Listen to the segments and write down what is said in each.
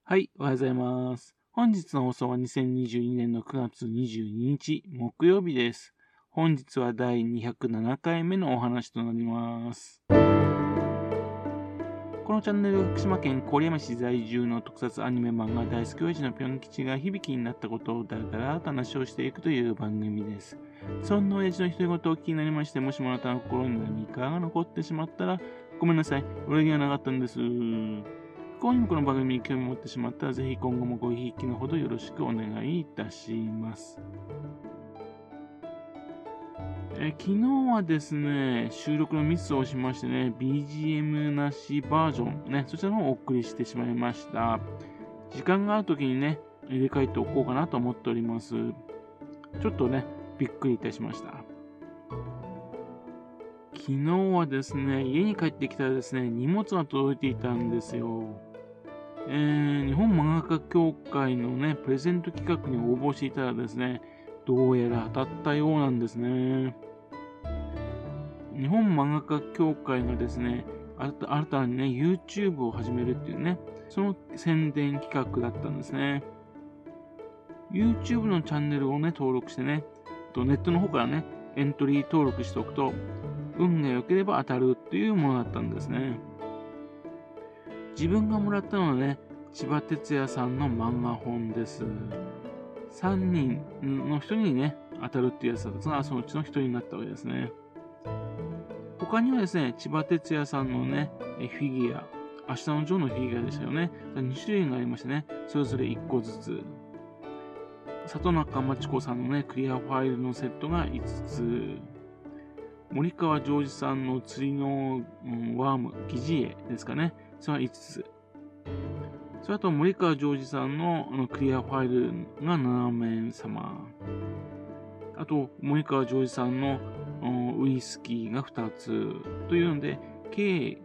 はい、おはようございます。本日の放送は2022年の9月22日木曜日です。本日は第207回目のお話となります。このチャンネルは福島県郡山市在住の特撮アニメ漫画大好き親父のぴょん吉が響きになったことをだらだらと話をしていくという番組です。そんな親父の独り言を聞きになりまして、もしもあなたの心に何かが残ってしまったら、ごめんなさい、俺にはなかったんです。不幸にもこの番組に興味を持ってしまったら、ぜひ今後もごひいきのほどよろしくお願いいたします。昨日はですね、収録のミスをしましてね、BGM なしバージョンね、そちらのをお送りしてしまいました。時間があるときにね、入れ替えておこうかなと思っております。ちょっとね、びっくりいたしました。昨日はですね、家に帰ってきたらですね、荷物が届いていたんですよ。日本漫画家協会のね、プレゼント企画に応募していたらですね、どうやら当たったようなんですね。日本漫画家協会がですね、新たにね、YouTube を始めるっていうね、その宣伝企画だったんですね。YouTube のチャンネルをね、登録してね、ネットの方からね、エントリー登録しておくと、運が良ければ当たるっていうものだったんですね。自分がもらったのはね、千葉哲也さんの漫画本です。3人の人にね、当たるっていうやつだったが、そのうちの1人になったわけですね。他にはですね、千葉哲也さんのね、フィギュア、明日のジョーのフィギュアでしたよね。2種類がありましてね、それぞれ1個ずつ。里中真知子さんのね、クリアファイルのセットが5つ。森川ジョージさんの釣りの、ワーム、疑似絵ですかね。それは5つ。それと森川ジョージさんのクリアファイルが7名様。あと、森川ジョージさんのウイスキーが2つ。というので、計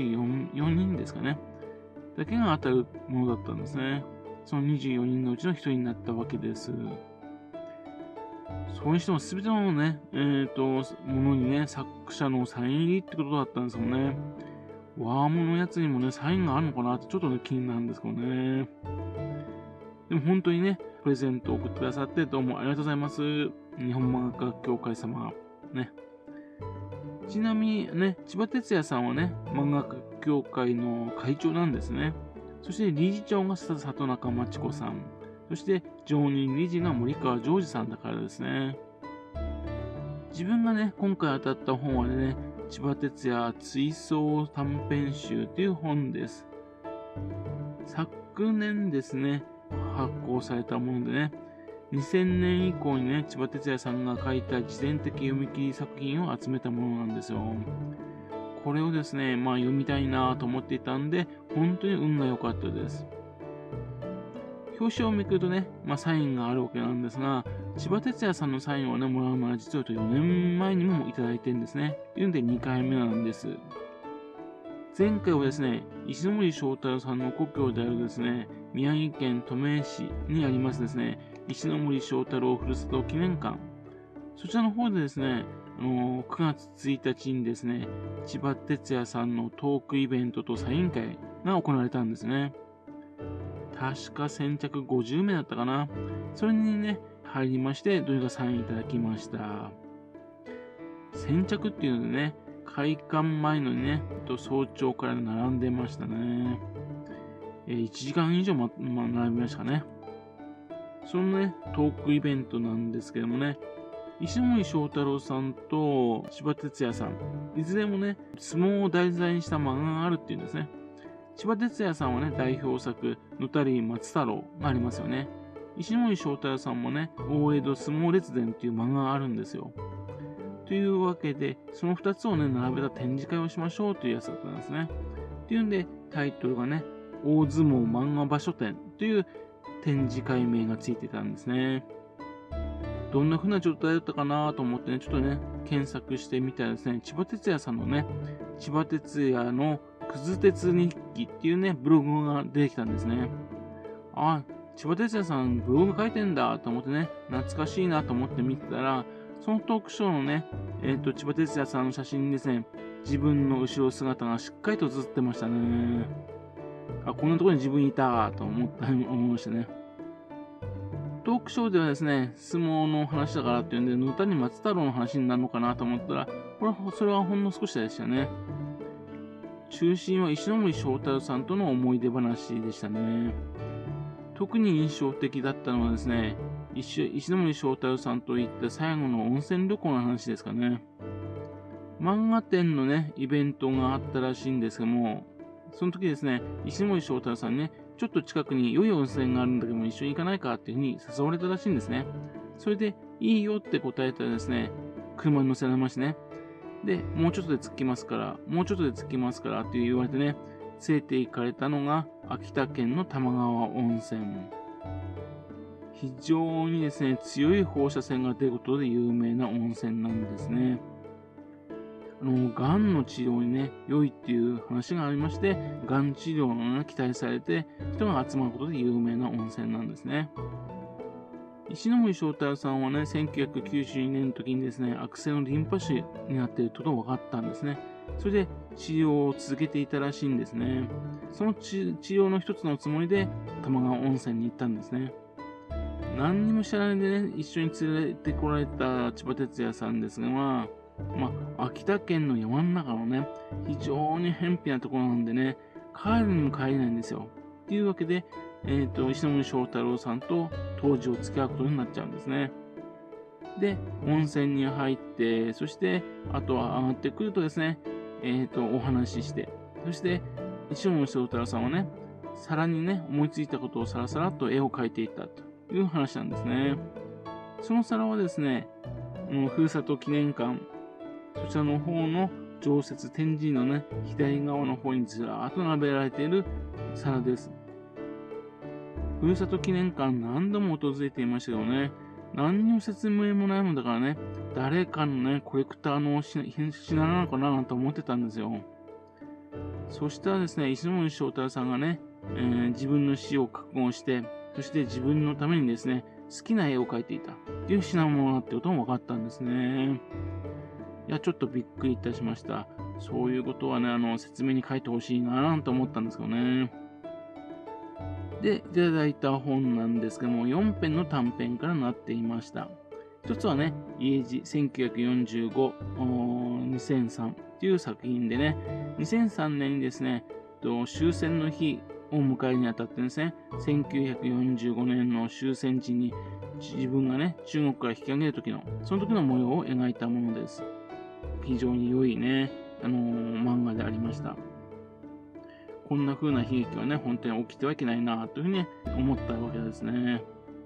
24人ですかね。だけが当たるものだったんですね。その24人のうちの1人になったわけです。それにしても全てのね、ものにね、作者のサイン入りってことだったんですよね。ワームのやつにもね、サインがあるのかなってちょっとね、気になるんですけどね。でも本当にね、プレゼントを送ってくださってどうもありがとうございます。日本漫画家協会様。ね。ちなみにね、千葉哲也さんはね、漫画家協会の会長なんですね。そして理事長が里中真知子さん。そして常任理事が森川ジョージさんだからですね。自分がね、今回当たった本はね、千葉哲也追想短編集という本です。昨年ですね、発行されたものでね、2000年以降にね、千葉哲也さんが書いた自伝的読み切り作品を集めたものなんですよ。これをですね、読みたいなと思っていたんで、本当に運が良かったです。表紙をめくるとね、サインがあるわけなんですが、千葉哲也さんのサインをね、もらうのは実は4年前にもいただいてるんですね。というので2回目なんです。前回はですね、石森章太郎さんの故郷であるですね、宮城県登米市にありますですね、石森章太郎ふるさと記念館。そちらの方でですね、9月1日にですね、千葉哲也さんのトークイベントとサイン会が行われたんですね。確か先着50名だったかな。それにね、入りまして、どれかサインいただきました。先着っていうのでね、開館前のね、早朝から並んでましたね。1時間以上並びましたね。そのね、トークイベントなんですけどもね、石森章太郎さんと千葉哲也さん、いずれもね、相撲を題材にした漫画があるっていうんですね。千葉哲也さんはね、代表作、野谷松太郎がありますよね。石森章太郎さんもね、大江戸相撲列伝っていう漫画があるんですよ。というわけで、その2つをね、並べた展示会をしましょうというやつだったんですね。っていうんで、タイトルがね、大相撲漫画場所展という展示会名がついてたんですね。どんな風な状態だったかなと思ってね、ちょっとね、検索してみたらですね、千葉哲也さんのね、千葉哲也のくず鉄日記っていうね、ブログが出てきたんですね。千葉哲也さんブログ書いてんだと思ってね、懐かしいなと思って見てたら、そのトークショーのね、千葉哲也さんの写真にですね、自分の後ろ姿がしっかりと写ってましたね。 こんなところに自分いたと思いましたね。トークショーではですね、相撲の話だからっていうんで、野谷松太郎の話になるのかなと思ったら、それはほんの少しでしたね。中心は石森章太郎さんとの思い出話でしたね。特に印象的だったのはですね、石森章太郎さんと行った最後の温泉旅行の話ですかね。漫画展のね、イベントがあったらしいんですけども、その時ですね、石森章太郎さんにね、ちょっと近くに良い温泉があるんだけども一緒に行かないかっていうふうに誘われたらしいんですね。それで、いいよって答えたらですね、車に乗せられましてね。で、もうちょっとで着きますからって言われてね、連れて行かれたのが秋田県の玉川温泉。非常にですね、強い放射線が出ることで有名な温泉なんですね。がんの治療にね、良いっていう話がありまして、がん治療が期待されて、人が集まることで有名な温泉なんですね。石森章太郎さんはね、1992年の時にですね、悪性のリンパ腫になっていることが分かったんですね。それで治療を続けていたらしいんですね。その治療の一つのつもりで、玉川温泉に行ったんですね。何にも知らないでね、一緒に連れてこられた千葉哲也さんですが、秋田県の山の中のね、非常に偏僻なところなんでね、帰るにも帰れないんですよ。っていうわけで、石森章太郎さんと当時を付き合うことになっちゃうんですね。で、温泉に入って、そして、あとは上がってくるとですね、お話しして、そして、石森章太郎さんはね、皿にね、思いついたことをさらさらっと絵を描いていったという話なんですね。その皿はですね、ふるさと記念館、そちらの方の常設展示のね、左側の方にずらーっと並べられている皿です。ふるさと記念館何度も訪れていましたけどね、何にも説明もないもんだからね、誰かのね、コレクターの品なのかなと思ってたんですよ。そしたらですね、石森章太郎さんがね、自分の死を覚悟して、そして自分のためにですね、好きな絵を描いていたっていう品物だってことも分かったんですね。いや、ちょっとびっくりいたしました。そういうことはね、説明に書いてほしいなぁと思ったんですけどね。で、いただいた本なんですけども、4編の短編からなっていました。一つはね、家路1945、2003という作品でね、2003年にですね、終戦の日を迎えにあたってですね、1945年の終戦時に自分がね、中国から引き上げる時の、その時の模様を描いたものです。非常に良いね、漫画でありました。こんな風な悲劇はね、本当に起きてはいけないなというふうに思ったわけですね。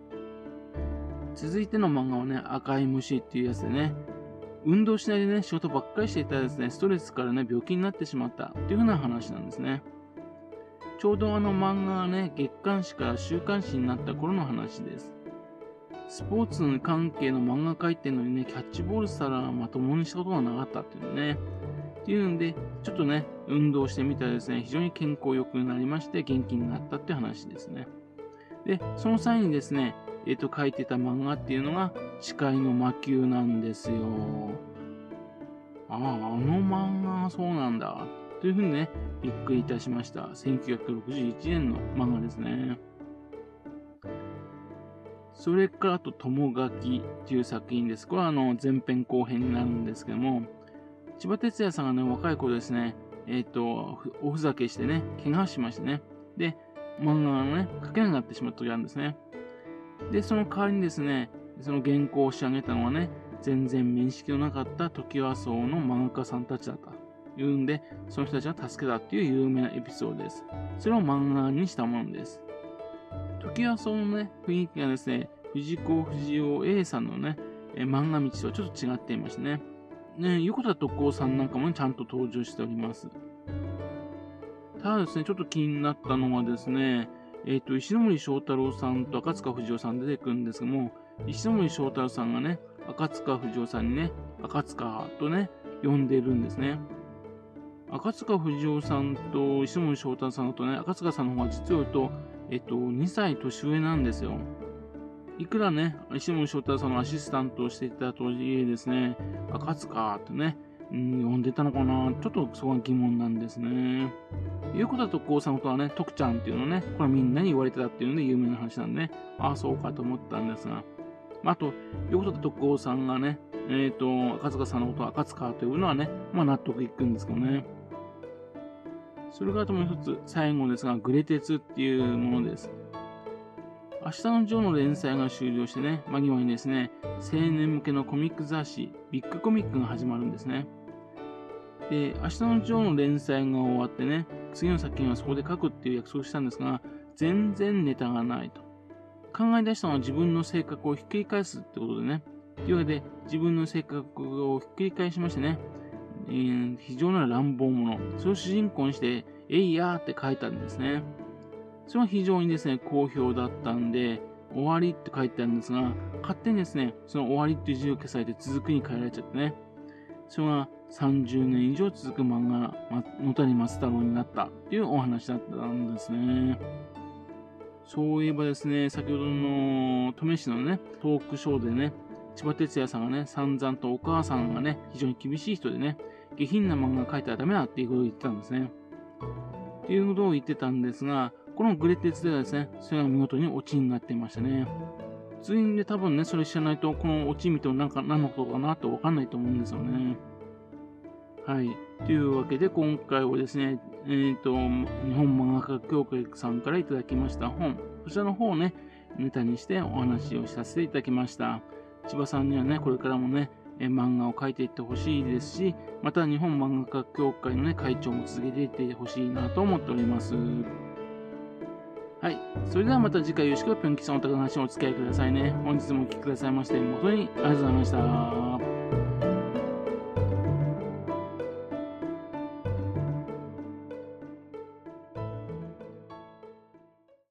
続いての漫画はね、赤い虫っていうやつでね、運動しないでね、仕事ばっかりしていたらですね、ストレスからね、病気になってしまったっていう風な話なんですね。ちょうど漫画がね、月刊誌から週刊誌になった頃の話です。スポーツ関係の漫画描いてるのにね、キャッチボールしたらまともにしたことがなかったっていうね。っていうんで、ちょっとね、運動してみたらですね、非常に健康良くなりまして、元気になったって話ですね。で、その際にですね、書いてた漫画っていうのが、誓いの魔球なんですよ。あの漫画はそうなんだ。というふうにね、びっくりいたしました。1961年の漫画ですね。それからあと、友垣っていう作品です。これは前編後編になるんですけども、千葉哲也さんがね、若い頃ですね、おふざけしてね、怪我しましてね。で、漫画がね、描けなくなってしまった時があるんですね。で、その代わりにですね、その原稿を仕上げたのはね、全然面識のなかったトキワ荘の漫画家さんたちだった。いうんで、その人たちが助けたっていう有名なエピソードです。それを漫画にしたものです。トキワ荘のね、雰囲気がですね、藤子不二雄 A さんのね、漫画道とはちょっと違っていましてね。横田徳夫さんなんかも、ね、ちゃんと登場しております。ただですね、ちょっと気になったのはですね、石森章太郎さんと赤塚不二夫さん出てくるんですけども、石森章太郎さんがね、赤塚不二夫さんにね、赤塚とね、呼んでいるんですね。赤塚不二夫さんと石森章太郎さんとね、赤塚さんの方が実を言うと、2歳年上なんですよ。いくらね、石森章太郎さんのアシスタントをしていたとはいえですね、赤塚とね、 読んでたのかな、ちょっとそこが疑問なんですね。横田徳夫さんのことはね、徳ちゃんっていうのね、これみんなに言われてたっていうので有名な話なんで、ああ、そうかと思ったんですが、あと、横田徳夫さんがね、赤塚さんのことを赤塚というのはね、納得いくんですけどね。それからともう一つ、最後ですが、グレテツっていうものです。明日のジョーの連載が終了してね、間際にですね、青年向けのコミック雑誌、ビッグコミックが始まるんですね。で、明日のジョーの連載が終わってね、次の作品はそこで書くっていう約束をしたんですが、全然ネタがないと。考え出したのは自分の性格をひっくり返すってことでね。というわけで、自分の性格をひっくり返しましてね、非常な乱暴者、それを主人公にして、えいやーって書いたんですね。それは非常にですね、好評だったんで、終わりって書いてあるんですが、勝手にですね、その終わりっていう字を消されて続くに変えられちゃってね、それが30年以上続く漫画、野谷松太郎になったっていうお話だったんですね。そういえばですね、先ほどの登米市のね、トークショーでね、千葉哲也さんがね、散々とお母さんがね、非常に厳しい人でね、下品な漫画描いたらダメだっていうことを言ってたんですね。っていうことを言ってたんですが、このグレテツではですね、それが見事にオチになっていましたね。普通にね、多分ね、それ知らないと、このオチ見ても何のことかなってわかんないと思うんですよね。はい。というわけで、今回はですね、日本漫画家協会さんからいただきました本、こちらの方をね、ネタにしてお話をさせていただきました。千葉さんにはね、これからもね、漫画を描いていってほしいですし、また日本漫画家協会のね、会長も続けていってほしいなと思っております。はい。それではまた次回よろしくぴょんきさんお宝の話をお付き合いくださいね。本日もお聴きくださいまして、誠にありがとうございました。